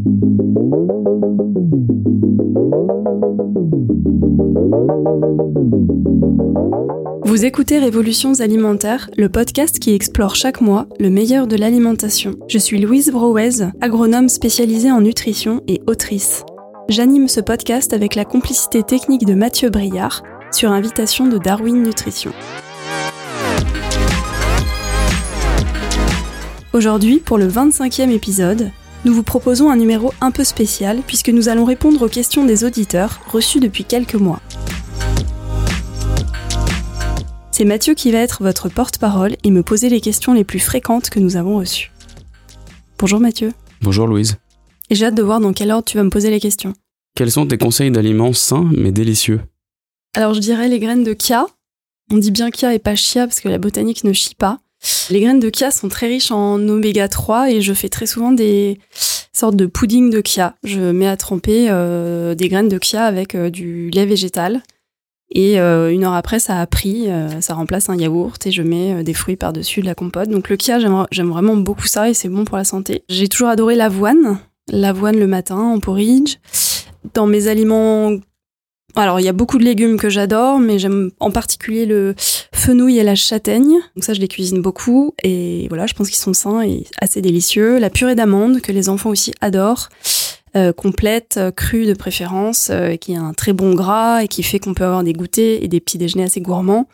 Vous écoutez Révolutions alimentaires, le podcast qui explore chaque mois le meilleur de l'alimentation. Je suis Louise Brouez, agronome spécialisée en nutrition et autrice. J'anime ce podcast avec la complicité technique de Mathieu Briard, sur invitation de Darwin Nutrition. Aujourd'hui, pour le 25e épisode, nous vous proposons un numéro un peu spécial puisque nous allons répondre aux questions des auditeurs reçues depuis quelques mois. C'est Mathieu qui va être votre porte-parole et me poser les questions les plus fréquentes que nous avons reçues. Bonjour Mathieu. Bonjour Louise. Et j'ai hâte de voir dans quel ordre tu vas me poser les questions. Quels sont tes conseils d'aliments sains mais délicieux ? Alors je dirais les graines de chia. On dit bien chia et pas chia parce que la botanique ne chie pas. Les graines de chia sont très riches en oméga 3 et je fais très souvent des sortes de pudding de chia. Je mets à tremper des graines de chia avec du lait végétal. Et une heure après, ça a pris, ça remplace un yaourt et je mets des fruits par-dessus, de la compote. Donc le chia, j'aime vraiment beaucoup ça et c'est bon pour la santé. J'ai toujours adoré l'avoine le matin en porridge. Dans mes aliments, alors il y a beaucoup de légumes que j'adore, mais j'aime en particulier le fenouil et la châtaigne. Donc ça, je les cuisine beaucoup et voilà, je pense qu'ils sont sains et assez délicieux. La purée d'amandes que les enfants aussi adorent. Complète, crue de préférence, qui a un très bon gras et qui fait qu'on peut avoir des goûters et des petits déjeuners assez gourmands.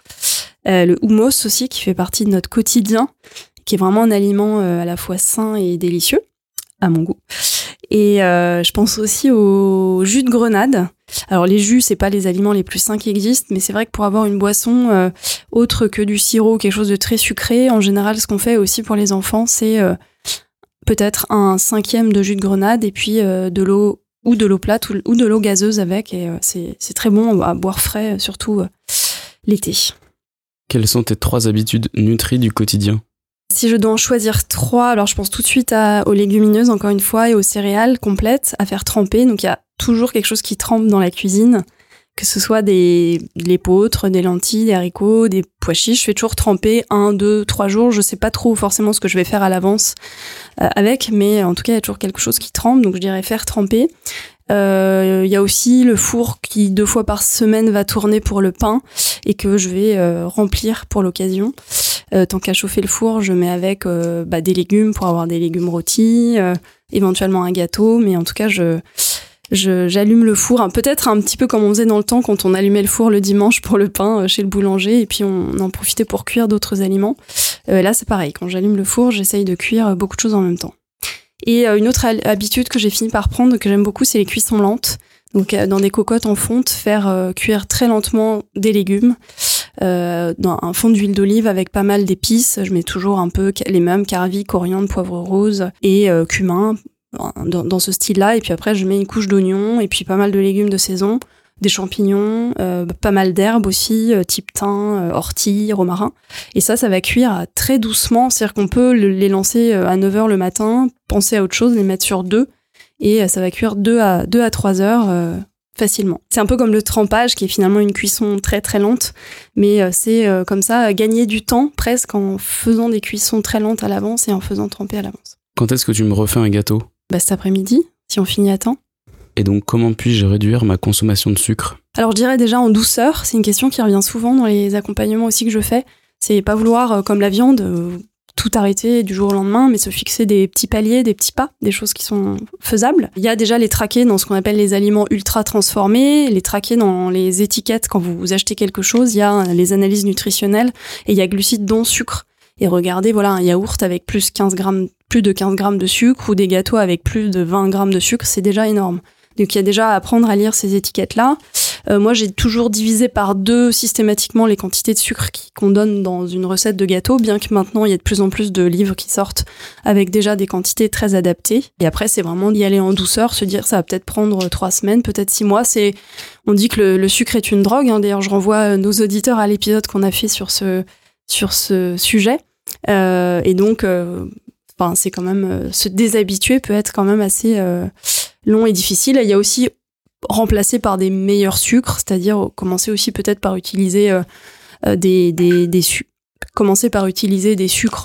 Le hummus aussi, qui fait partie de notre quotidien, qui est vraiment un aliment à la fois sain et délicieux, à mon goût. Et je pense aussi au jus de grenade. Alors les jus, c'est pas les aliments les plus sains qui existent, mais c'est vrai que pour avoir une boisson autre que du sirop, quelque chose de très sucré, en général, ce qu'on fait aussi pour les enfants, c'est peut-être un 5e de jus de grenade et puis de l'eau ou de l'eau plate ou de l'eau gazeuse avec et c'est très bon à boire frais, surtout l'été. Quelles sont tes 3 habitudes nutries du quotidien ? Si je dois en choisir 3, alors je pense tout de suite aux légumineuses encore une fois et aux céréales complètes à faire tremper. Donc il y a toujours quelque chose qui trempe dans la cuisine, que ce soit de l'épeautre, des lentilles, des haricots, des pois chiches. Je fais toujours tremper 1, 2, 3 jours. Je sais pas trop forcément ce que je vais faire à l'avance avec, mais en tout cas, il y a toujours quelque chose qui trempe, donc je dirais faire tremper. Il y a aussi le four qui 2 fois par semaine va tourner pour le pain et que je vais remplir pour l'occasion. Tant qu'à chauffer le four, je mets avec des légumes pour avoir des légumes rôtis, éventuellement un gâteau, mais en tout cas, j'allume le four, peut-être un petit peu comme on faisait dans le temps quand on allumait le four le dimanche pour le pain chez le boulanger et puis on en profitait pour cuire d'autres aliments. Là, c'est pareil. Quand j'allume le four, j'essaye de cuire beaucoup de choses en même temps. Et une autre habitude que j'ai fini par prendre, que j'aime beaucoup, c'est les cuissons lentes. Donc, dans des cocottes en fonte, faire cuire très lentement des légumes dans un fond d'huile d'olive avec pas mal d'épices. Je mets toujours un peu les mêmes, carvi, coriandre, poivre rose et cumin dans ce style-là. Et puis après, je mets une couche d'oignons et puis pas mal de légumes de saison, des champignons, pas mal d'herbes aussi, type thym, ortie, romarin. Et ça va cuire très doucement. C'est-à-dire qu'on peut les lancer à 9h le matin, penser à autre chose, les mettre sur 2 et ça va cuire 2 à 3 heures facilement. C'est un peu comme le trempage qui est finalement une cuisson très très lente, mais c'est comme ça, gagner du temps presque en faisant des cuissons très lentes à l'avance et en faisant tremper à l'avance. Quand est-ce que tu me refais un gâteau ? Cet après-midi, si on finit à temps. Et donc, comment puis-je réduire ma consommation de sucre ? Alors, je dirais déjà en douceur. C'est une question qui revient souvent dans les accompagnements aussi que je fais. C'est pas vouloir, comme la viande, tout arrêter du jour au lendemain, mais se fixer des petits paliers, des petits pas, des choses qui sont faisables. Il y a déjà les traquer dans ce qu'on appelle les aliments ultra transformés, les traquer dans les étiquettes quand vous achetez quelque chose. Il y a les analyses nutritionnelles et il y a glucides dont sucre. Et regardez, voilà, un yaourt avec plus de 15 grammes de sucre ou des gâteaux avec plus de 20 grammes de sucre, c'est déjà énorme. Donc il y a déjà à apprendre à lire ces étiquettes-là. Moi, j'ai toujours divisé par 2 systématiquement les quantités de sucre qu'on donne dans une recette de gâteau, bien que maintenant, il y ait de plus en plus de livres qui sortent avec déjà des quantités très adaptées. Et après, c'est vraiment d'y aller en douceur, se dire ça va peut-être prendre 3 semaines, peut-être 6 mois. On dit que le sucre est une drogue. D'ailleurs, je renvoie nos auditeurs à l'épisode qu'on a fait sur ce sujet. Et donc, c'est quand même se déshabituer peut être quand même assez long et difficile. Il y a aussi remplacer par des meilleurs sucres, c'est-à-dire commencer aussi peut-être par utiliser des sucres commencer par utiliser des sucres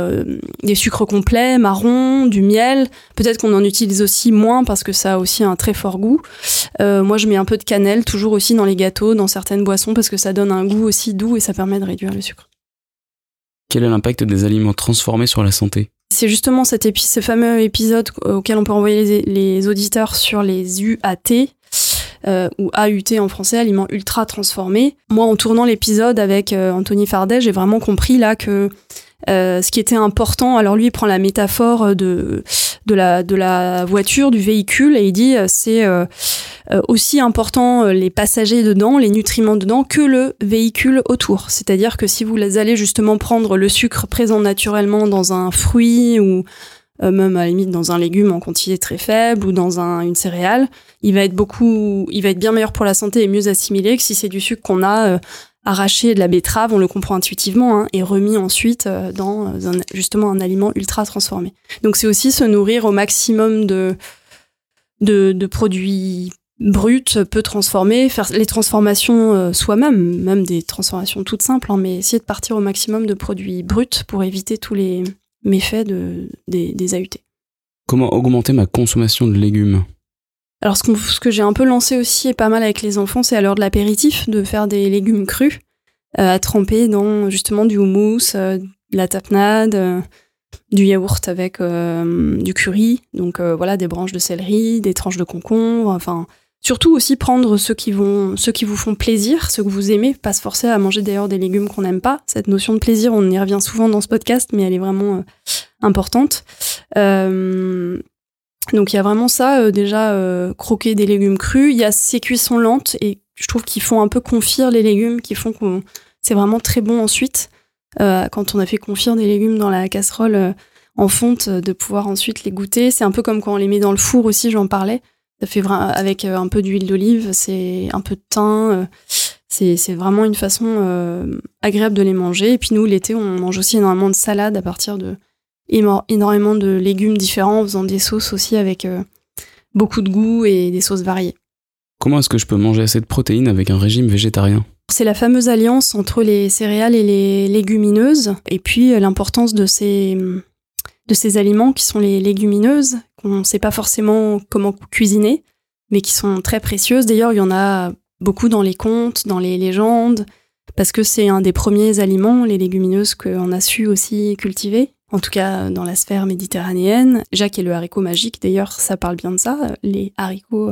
complets, marrons, du miel. Peut-être qu'on en utilise aussi moins parce que ça a aussi un très fort goût. Moi, je mets un peu de cannelle, toujours aussi dans les gâteaux, dans certaines boissons, parce que ça donne un goût aussi doux et ça permet de réduire le sucre. Quel est l'impact des aliments transformés sur la santé ? C'est justement ce fameux épisode auquel on peut envoyer les auditeurs sur les UAT, ou AUT en français, aliments ultra transformés. Moi, en tournant l'épisode avec Anthony Fardet, j'ai vraiment compris là que ce qui était important, alors lui, il prend la métaphore de la voiture, du véhicule, et il dit c'est aussi important les passagers dedans, les nutriments dedans, que le véhicule autour. C'est-à-dire que si vous allez justement prendre le sucre présent naturellement dans un fruit ou même à la limite dans un légume en quantité très faible ou dans une céréale, il va être bien meilleur pour la santé et mieux assimilé que si c'est du sucre qu'on a arraché de la betterave, on le comprend intuitivement, et remis ensuite dans justement un aliment ultra transformé. Donc c'est aussi se nourrir au maximum de produits bruts, peu transformés, faire les transformations soi-même, même des transformations toutes simples, mais essayer de partir au maximum de produits bruts pour éviter tous les méfaits des AUT. Comment augmenter ma consommation de légumes ? Alors ce que j'ai un peu lancé aussi et pas mal avec les enfants, c'est à l'heure de l'apéritif, de faire des légumes crus à tremper dans justement du houmous, de la tapenade, du yaourt avec du curry, donc voilà, des branches de céleri, des tranches de concombre, enfin surtout aussi prendre ceux qui vous font plaisir, ceux que vous aimez, pas se forcer à manger d'ailleurs des légumes qu'on n'aime pas. Cette notion de plaisir, on y revient souvent dans ce podcast, mais elle est vraiment importante. Donc il y a vraiment ça, déjà croquer des légumes crus. Il y a ces cuissons lentes et je trouve qu'ils font un peu confire les légumes, qui font que c'est vraiment très bon ensuite. Quand on a fait confire des légumes dans la casserole en fonte, de pouvoir ensuite les goûter. C'est un peu comme quand on les met dans le four aussi, j'en parlais. Ça fait avec un peu d'huile d'olive, c'est un peu de thym. C'est vraiment une façon agréable de les manger. Et puis nous, l'été, on mange aussi énormément de salades à partir de énormément de légumes différents, en faisant des sauces aussi avec beaucoup de goût et des sauces variées. Comment est-ce que je peux manger assez de protéines avec un régime végétarien ? C'est la fameuse alliance entre les céréales et les légumineuses, et puis l'importance de ces aliments qui sont les légumineuses, qu'on ne sait pas forcément comment cuisiner, mais qui sont très précieuses. D'ailleurs, il y en a beaucoup dans les contes, dans les légendes, parce que c'est un des premiers aliments, les légumineuses, qu'on a su aussi cultiver, en tout cas dans la sphère méditerranéenne. Jacques et le haricot magique, d'ailleurs, ça parle bien de ça, les haricots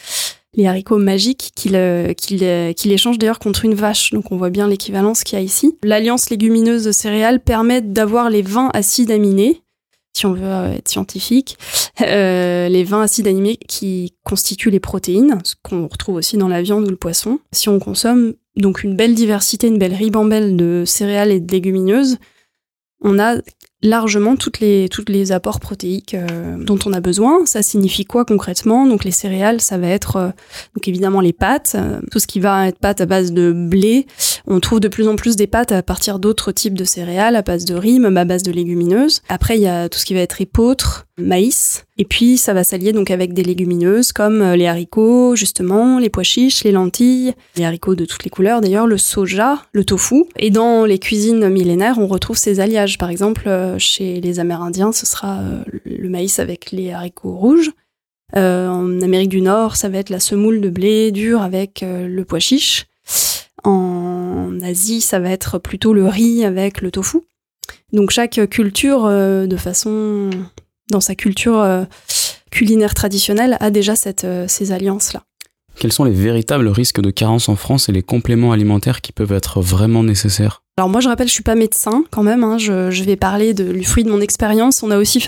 magiques qu'il échange d'ailleurs contre une vache. Donc on voit bien l'équivalence qu'il y a ici. L'alliance légumineuse-céréales permet d'avoir les 20 acides aminés, si on veut être scientifique, les 20 acides aminés qui constituent les protéines, ce qu'on retrouve aussi dans la viande ou le poisson. Si on consomme donc une belle diversité, une belle ribambelle de céréales et de légumineuses, on a largement toutes les apports protéiques dont on a besoin. Ça signifie quoi concrètement ? Donc les céréales, ça va être donc évidemment les pâtes, tout ce qui va être pâtes à base de blé. On trouve de plus en plus des pâtes à partir d'autres types de céréales, à base de riz, même à base de légumineuses. Après, il y a tout ce qui va être épeautre, maïs. Et puis, ça va s'allier donc avec des légumineuses comme les haricots, justement, les pois chiches, les lentilles, les haricots de toutes les couleurs d'ailleurs, le soja, le tofu. Et dans les cuisines millénaires, on retrouve ces alliages. Par exemple, chez les Amérindiens, ce sera le maïs avec les haricots rouges. En Amérique du Nord, ça va être la semoule de blé dur avec le pois chiche. En Asie, ça va être plutôt le riz avec le tofu. Donc chaque culture, dans sa culture culinaire traditionnelle, a déjà ces alliances-là. Quels sont les véritables risques de carence en France et les compléments alimentaires qui peuvent être vraiment nécessaires ? Alors moi, je rappelle, je suis pas médecin quand même. Je vais parler du fruit de mon expérience. On a aussi fait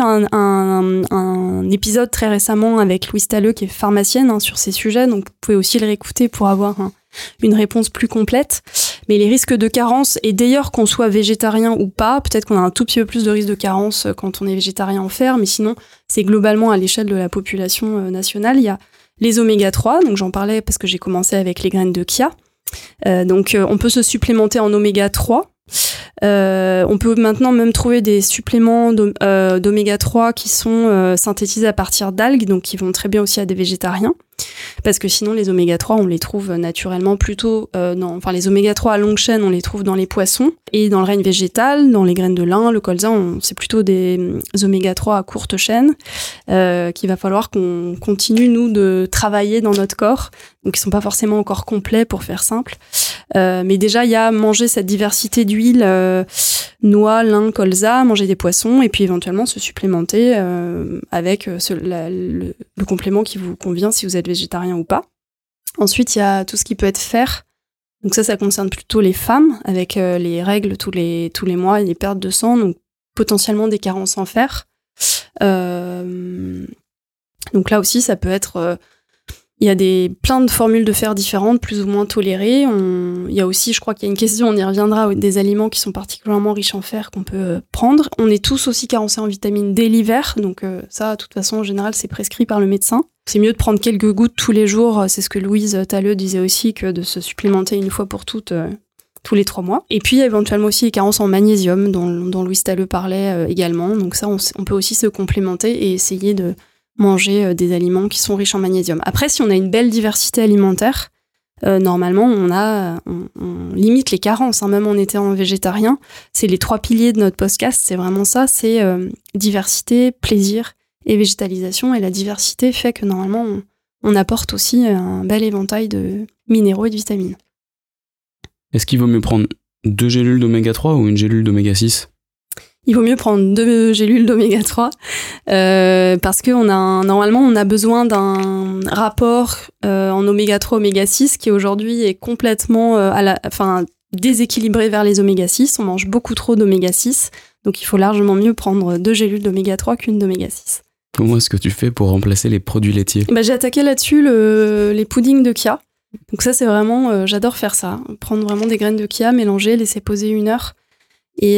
un épisode très récemment avec Louise Talleux, qui est pharmacienne, sur ces sujets. Donc vous pouvez aussi le réécouter pour avoir une réponse plus complète. Mais les risques de carence, et d'ailleurs qu'on soit végétarien ou pas, peut-être qu'on a un tout petit peu plus de risque de carence quand on est végétarien en fer, mais sinon, c'est globalement à l'échelle de la population nationale. Il y a les oméga 3, donc j'en parlais parce que j'ai commencé avec les graines de chia. Donc on peut se supplémenter en oméga 3 On peut maintenant même trouver des suppléments d'oméga 3 qui sont synthétisés à partir d'algues, donc qui vont très bien aussi à des végétariens. Parce que sinon, les oméga 3, on les trouve naturellement plutôt les oméga 3 à longue chaîne, on les trouve dans les poissons. Et dans le règne végétal, dans les graines de lin, le colza, c'est plutôt des oméga 3 à courte chaîne qu'il va falloir qu'on continue, nous, de travailler dans notre corps. Donc, ils sont pas forcément encore complets, pour faire simple. Mais déjà, il y a manger cette diversité d'huile, noix, lin, colza, manger des poissons, et puis éventuellement se supplémenter avec le complément qui vous convient si vous êtes végétarien ou pas. Ensuite, il y a tout ce qui peut être fer. Donc ça concerne plutôt les femmes, avec les règles tous les mois et les pertes de sang, donc potentiellement des carences en fer. Donc là aussi, ça peut être... il y a plein de formules de fer différentes, plus ou moins tolérées. Il y a aussi, je crois qu'il y a une question, on y reviendra, des aliments qui sont particulièrement riches en fer qu'on peut prendre. On est tous aussi carencés en vitamine D l'hiver, donc ça, de toute façon, en général, c'est prescrit par le médecin. C'est mieux de prendre quelques gouttes tous les jours, c'est ce que Louise Talleux disait aussi, que de se supplémenter une fois pour toutes tous les 3 mois. Et puis, il y a éventuellement aussi les carences en magnésium, dont Louise Talleux parlait également. Donc ça, on peut aussi se complémenter et essayer de manger des aliments qui sont riches en magnésium. Après, si on a une belle diversité alimentaire, normalement, on limite les carences, même en étant végétarien. C'est les 3 piliers de notre podcast, c'est vraiment ça, c'est diversité, plaisir et végétalisation. Et la diversité fait que normalement, on apporte aussi un bel éventail de minéraux et de vitamines. Est-ce qu'il vaut mieux prendre 2 gélules d'oméga 3 ou une gélule d'oméga 6 ? Il vaut mieux prendre 2 gélules d'oméga 3 parce que normalement on a besoin d'un rapport en oméga 3 oméga 6 qui aujourd'hui est complètement déséquilibré vers les oméga 6. On mange beaucoup trop d'oméga 6, donc il faut largement mieux prendre 2 gélules d'oméga 3 qu'une d'oméga 6. Comment est-ce que tu fais pour remplacer les produits laitiers ? J'ai attaqué là-dessus les puddings de chia. Donc ça c'est vraiment, j'adore faire ça. Prendre vraiment des graines de chia, mélanger, laisser poser 1 heure. Et il y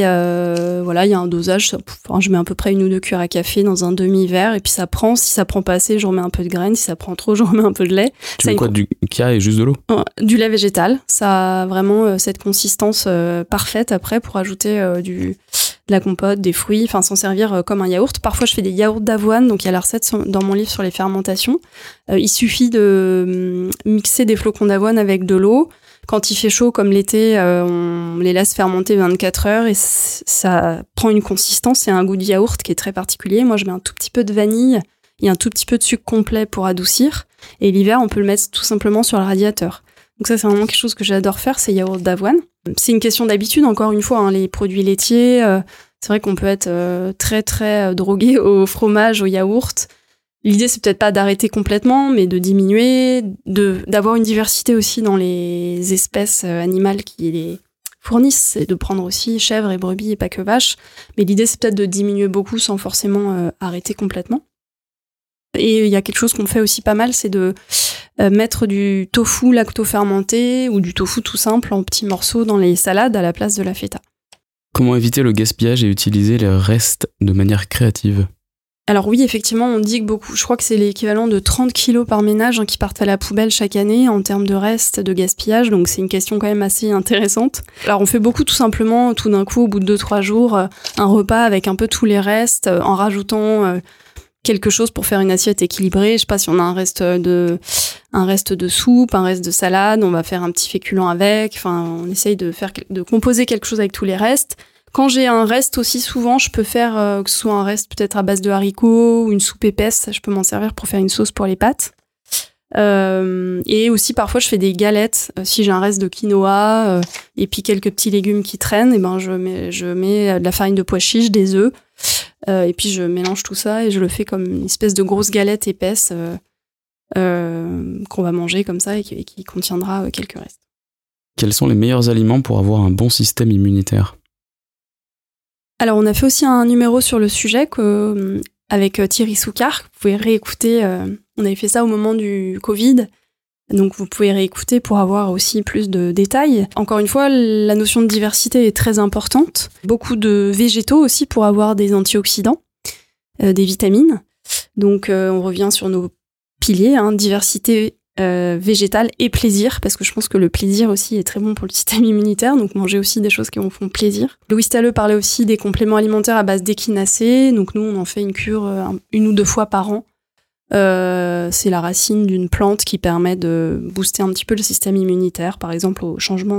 a un dosage, je mets à peu près 1 ou 2 cuillères à café dans un demi-verre, et puis ça prend, si ça prend pas assez, je remets un peu de graines, si ça prend trop, je remets un peu de lait. Tu mets quoi, du chia et juste de l'eau ? Du lait végétal, ça a vraiment cette consistance parfaite après pour ajouter de la compote, des fruits, s'en servir comme un yaourt. Parfois je fais des yaourts d'avoine, donc il y a la recette dans mon livre sur les fermentations. Il suffit de mixer des flocons d'avoine avec de l'eau. Quand il fait chaud, comme l'été, on les laisse fermenter 24 heures et ça prend une consistance et un goût de yaourt qui est très particulier. Moi, je mets un tout petit peu de vanille et un tout petit peu de sucre complet pour adoucir. Et l'hiver, on peut le mettre tout simplement sur le radiateur. Donc ça, c'est vraiment quelque chose que j'adore faire, ces yaourts d'avoine. C'est une question d'habitude, encore une fois, les produits laitiers. C'est vrai qu'on peut être très, très drogué au fromage, au yaourt. L'idée, c'est peut-être pas d'arrêter complètement, mais de diminuer, d'avoir une diversité aussi dans les espèces animales qui les fournissent, et de prendre aussi chèvres et brebis et pas que vaches. Mais l'idée, c'est peut-être de diminuer beaucoup sans forcément arrêter complètement. Et il y a quelque chose qu'on fait aussi pas mal, c'est de mettre du tofu lacto-fermenté ou du tofu tout simple en petits morceaux dans les salades à la place de la feta. Comment éviter le gaspillage et utiliser les restes de manière créative ? Alors oui, effectivement, on dit que beaucoup, je crois que c'est l'équivalent de 30 kilos par ménage qui partent à la poubelle chaque année en termes de restes, de gaspillage, donc c'est une question quand même assez intéressante. Alors on fait beaucoup tout simplement, tout d'un coup, au bout de 2-3 jours, un repas avec un peu tous les restes, en rajoutant quelque chose pour faire une assiette équilibrée. Je sais pas si on a un reste de soupe, un reste de salade, on va faire un petit féculent avec, on essaye de composer quelque chose avec tous les restes. Quand j'ai un reste aussi, souvent, je peux faire que ce soit un reste peut-être à base de haricots ou une soupe épaisse, je peux m'en servir pour faire une sauce pour les pâtes. Et aussi, parfois, je fais des galettes. Si j'ai un reste de quinoa et puis quelques petits légumes qui traînent, je mets de la farine de pois chiche, des œufs, et puis je mélange tout ça et je le fais comme une espèce de grosse galette épaisse qu'on va manger comme ça et qui contiendra quelques restes. Quels sont les meilleurs aliments pour avoir un bon système immunitaire ? Alors, on a fait aussi un numéro sur le sujet avec Thierry Soucard. Vous pouvez réécouter. On avait fait ça au moment du Covid. Donc, vous pouvez réécouter pour avoir aussi plus de détails. Encore une fois, la notion de diversité est très importante. Beaucoup de végétaux aussi pour avoir des antioxydants, des vitamines. Donc, on revient sur nos piliers, diversité végétal et plaisir, parce que je pense que le plaisir aussi est très bon pour le système immunitaire, donc manger aussi des choses qui vous font plaisir. Louis Stalleux parlait aussi des compléments alimentaires à base d'échinacée, donc nous on en fait une cure 1 ou 2 fois par an. C'est la racine d'une plante qui permet de booster un petit peu le système immunitaire, par exemple au changement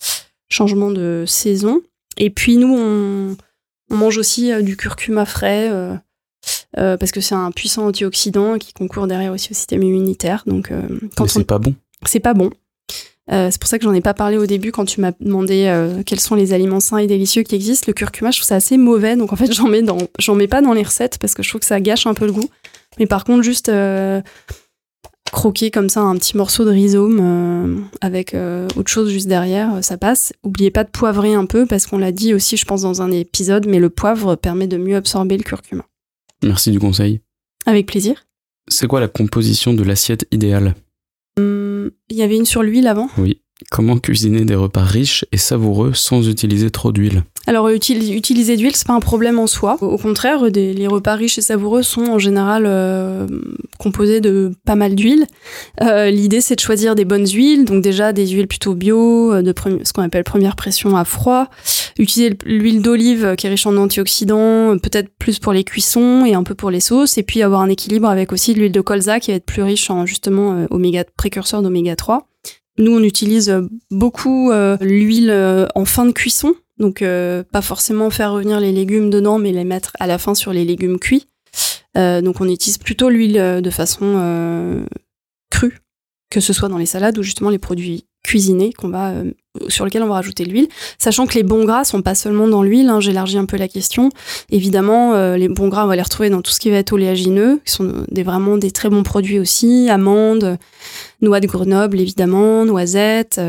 de saison. Et puis nous on mange aussi du curcuma frais, parce que c'est un puissant antioxydant qui concourt derrière aussi au système immunitaire. Donc, c'est pas bon. C'est pas bon. C'est pour ça que j'en ai pas parlé au début quand tu m'as demandé quels sont les aliments sains et délicieux qui existent. Le curcuma, je trouve ça assez mauvais, donc en fait j'en mets pas dans les recettes parce que je trouve que ça gâche un peu le goût. Mais par contre, juste croquer comme ça un petit morceau de rhizome avec autre chose juste derrière, ça passe. Oubliez pas de poivrer un peu parce qu'on l'a dit aussi, je pense, dans un épisode, mais le poivre permet de mieux absorber le curcuma. Merci du conseil. Avec plaisir. C'est quoi la composition de l'assiette idéale ? Il y avait une sur l'huile avant ? Oui. Comment cuisiner des repas riches et savoureux sans utiliser trop d'huile ? Alors, utiliser d'huile, c'est pas un problème en soi. Au contraire, les repas riches et savoureux sont en général composés de pas mal d'huile. L'idée, c'est de choisir des bonnes huiles, donc déjà des huiles plutôt bio, ce qu'on appelle première pression à froid. Utiliser l'huile d'olive qui est riche en antioxydants, peut-être plus pour les cuissons et un peu pour les sauces, et puis avoir un équilibre avec aussi l'huile de colza qui va être plus riche en justement précurseurs d'oméga 3. Nous, on utilise beaucoup l'huile en fin de cuisson, donc pas forcément faire revenir les légumes dedans, mais les mettre à la fin sur les légumes cuits. Donc on utilise plutôt l'huile de façon crue, que ce soit dans les salades ou justement les produits cuisinés sur lesquels on va rajouter l'huile, sachant que les bons gras sont pas seulement dans l'huile, j'élargis un peu la question. Évidemment, les bons gras, on va les retrouver dans tout ce qui va être oléagineux, qui sont vraiment des très bons produits aussi, amandes, noix de Grenoble évidemment, noisettes,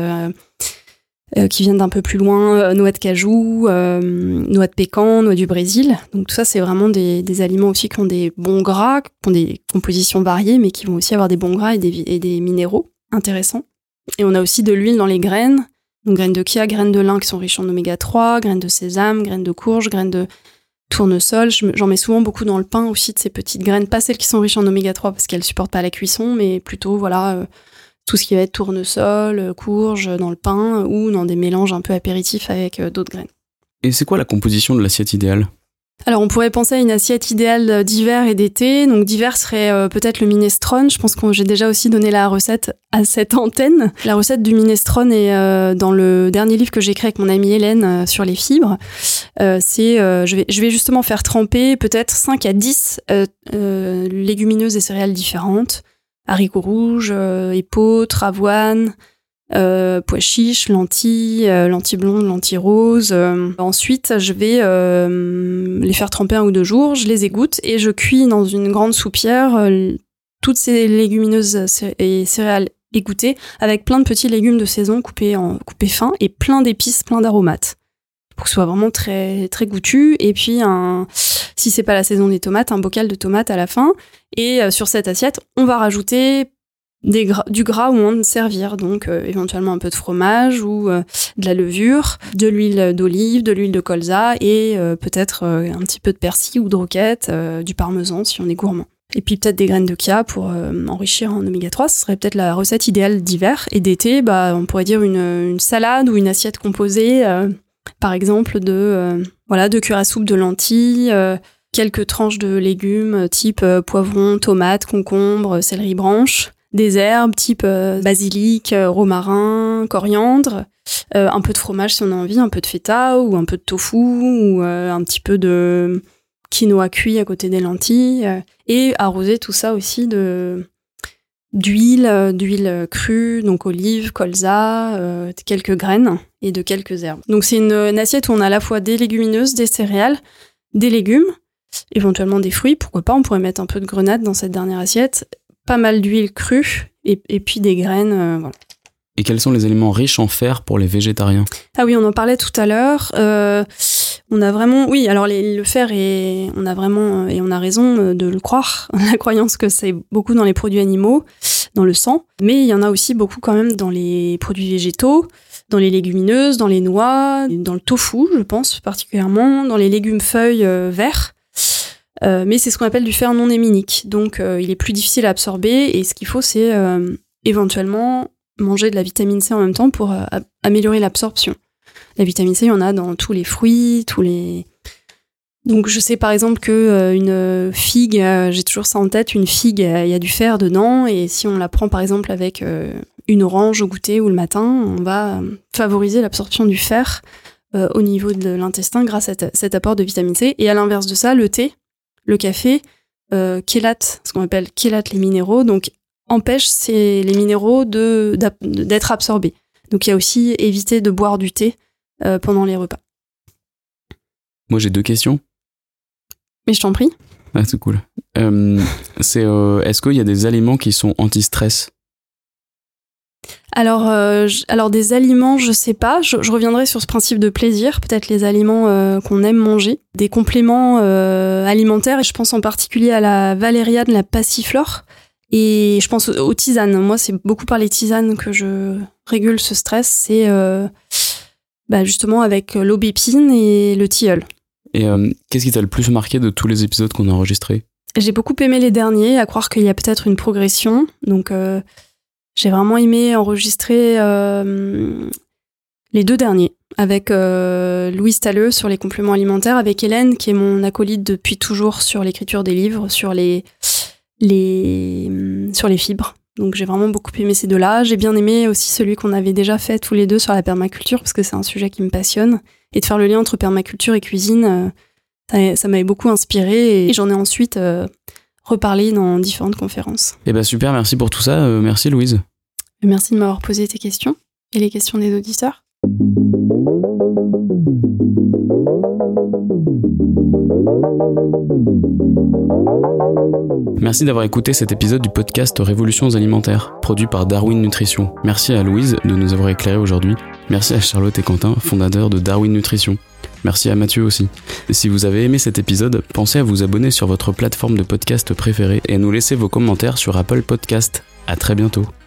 qui viennent d'un peu plus loin, noix de cajou, noix de pécan, noix du Brésil. Donc tout ça, c'est vraiment des aliments aussi qui ont des bons gras, qui ont des compositions variées, mais qui vont aussi avoir des bons gras et des minéraux intéressants. Et on a aussi de l'huile dans les graines, donc graines de chia, graines de lin qui sont riches en oméga 3, graines de sésame, graines de courge, graines de tournesol. J'en mets souvent beaucoup dans le pain aussi, de ces petites graines, pas celles qui sont riches en oméga 3 parce qu'elles supportent pas la cuisson, mais plutôt tout ce qui va être tournesol, courge dans le pain ou dans des mélanges un peu apéritifs avec d'autres graines. Et c'est quoi la composition de l'assiette idéale ? Alors, on pourrait penser à une assiette idéale d'hiver et d'été. Donc, d'hiver serait peut-être le minestrone. Je pense que j'ai déjà aussi donné la recette à cette antenne. La recette du minestrone est dans le dernier livre que j'ai écrit avec mon amie Hélène sur les fibres. Je vais justement faire tremper peut-être 5 à 10 légumineuses et céréales différentes. Haricots rouges, épeautres, avoine, pois chiches, lentilles blondes, lentilles roses. Ensuite, je vais les faire tremper 1 ou 2 jours, je les égoutte et je cuis dans une grande soupière toutes ces légumineuses et céréales égouttées avec plein de petits légumes de saison coupés fins et plein d'épices, plein d'aromates pour que ce soit vraiment très, très goûtu. Et puis, si c'est pas la saison des tomates, un bocal de tomates à la fin. Et sur cette assiette, on va rajouter du gras au moment de servir, donc éventuellement un peu de fromage ou de la levure, de l'huile d'olive, de l'huile de colza et peut-être un petit peu de persil ou de roquette, du parmesan si on est gourmand. Et puis peut-être des graines de chia pour enrichir en oméga 3, ce serait peut-être la recette idéale d'hiver. Et d'été, on pourrait dire une salade ou une assiette composée, par exemple de cuir à soupe de lentilles, quelques tranches de légumes type poivron, tomate, concombre, céleri branche, des herbes type basilic, romarin, coriandre, un peu de fromage si on a envie, un peu de feta ou un peu de tofu ou un petit peu de quinoa cuit à côté des lentilles et arroser tout ça aussi d'huile crue, donc olive, colza, quelques graines et de quelques herbes. Donc c'est une assiette où on a à la fois des légumineuses, des céréales, des légumes, éventuellement des fruits, pourquoi pas, on pourrait mettre un peu de grenade dans cette dernière assiette, pas mal d'huile crue et puis des graines, voilà. Et quels sont les éléments riches en fer pour les végétariens ? Ah oui, on en parlait tout à l'heure. On a vraiment, oui, alors le fer, on a vraiment, et on a raison de le croire, la croyance que c'est beaucoup dans les produits animaux, dans le sang, mais il y en a aussi beaucoup quand même dans les produits végétaux, dans les légumineuses, dans les noix, dans le tofu, je pense particulièrement, dans les légumes feuilles verts. Mais c'est ce qu'on appelle du fer non héminique, donc il est plus difficile à absorber et ce qu'il faut c'est éventuellement manger de la vitamine C en même temps pour améliorer l'absorption. La vitamine C, il y en a dans tous les fruits, Donc je sais par exemple que une figue, j'ai toujours ça en tête, une figue, il y a du fer dedans, et si on la prend par exemple avec une orange au goûter ou le matin, on va favoriser l'absorption du fer au niveau de l'intestin grâce à cet apport de vitamine C. Et à l'inverse de ça, le thé, le café, chélate, ce qu'on appelle chélate les minéraux, donc empêche les minéraux d'être absorbés. Donc il y a aussi éviter de boire du thé pendant les repas. Moi j'ai 2 questions. Mais je t'en prie. Ah, c'est cool. Est-ce qu'il y a des aliments qui sont anti-stress ? Alors des aliments, je sais pas. Je reviendrai sur ce principe de plaisir. Peut-être les aliments qu'on aime manger. Des compléments alimentaires. Et je pense en particulier à la valériane, la passiflore. Et je pense aux tisanes. Moi, c'est beaucoup par les tisanes que je régule ce stress. C'est justement avec l'aubépine et le tilleul. Et qu'est-ce qui t'a le plus marqué de tous les épisodes qu'on a enregistrés ? J'ai beaucoup aimé les derniers, à croire qu'il y a peut-être une progression. Donc, j'ai vraiment aimé enregistrer les 2 derniers, avec Louise Talleux sur les compléments alimentaires, avec Hélène, qui est mon acolyte depuis toujours sur l'écriture des livres, sur les fibres. Donc j'ai vraiment beaucoup aimé ces 2-là. J'ai bien aimé aussi celui qu'on avait déjà fait tous les 2 sur la permaculture, parce que c'est un sujet qui me passionne. Et de faire le lien entre permaculture et cuisine, ça m'avait beaucoup inspiré. Et j'en ai ensuite reparlé dans différentes conférences. Eh ben super, merci pour tout ça. Merci Louise. Merci de m'avoir posé tes questions et les questions des auditeurs. Merci d'avoir écouté cet épisode du podcast Révolutions alimentaires, produit par Darwin Nutrition. Merci à Louise de nous avoir éclairés aujourd'hui. Merci à Charlotte et Quentin, fondateurs de Darwin Nutrition. Merci à Mathieu aussi. Et si vous avez aimé cet épisode, pensez à vous abonner sur votre plateforme de podcast préférée et à nous laisser vos commentaires sur Apple Podcast. À très bientôt.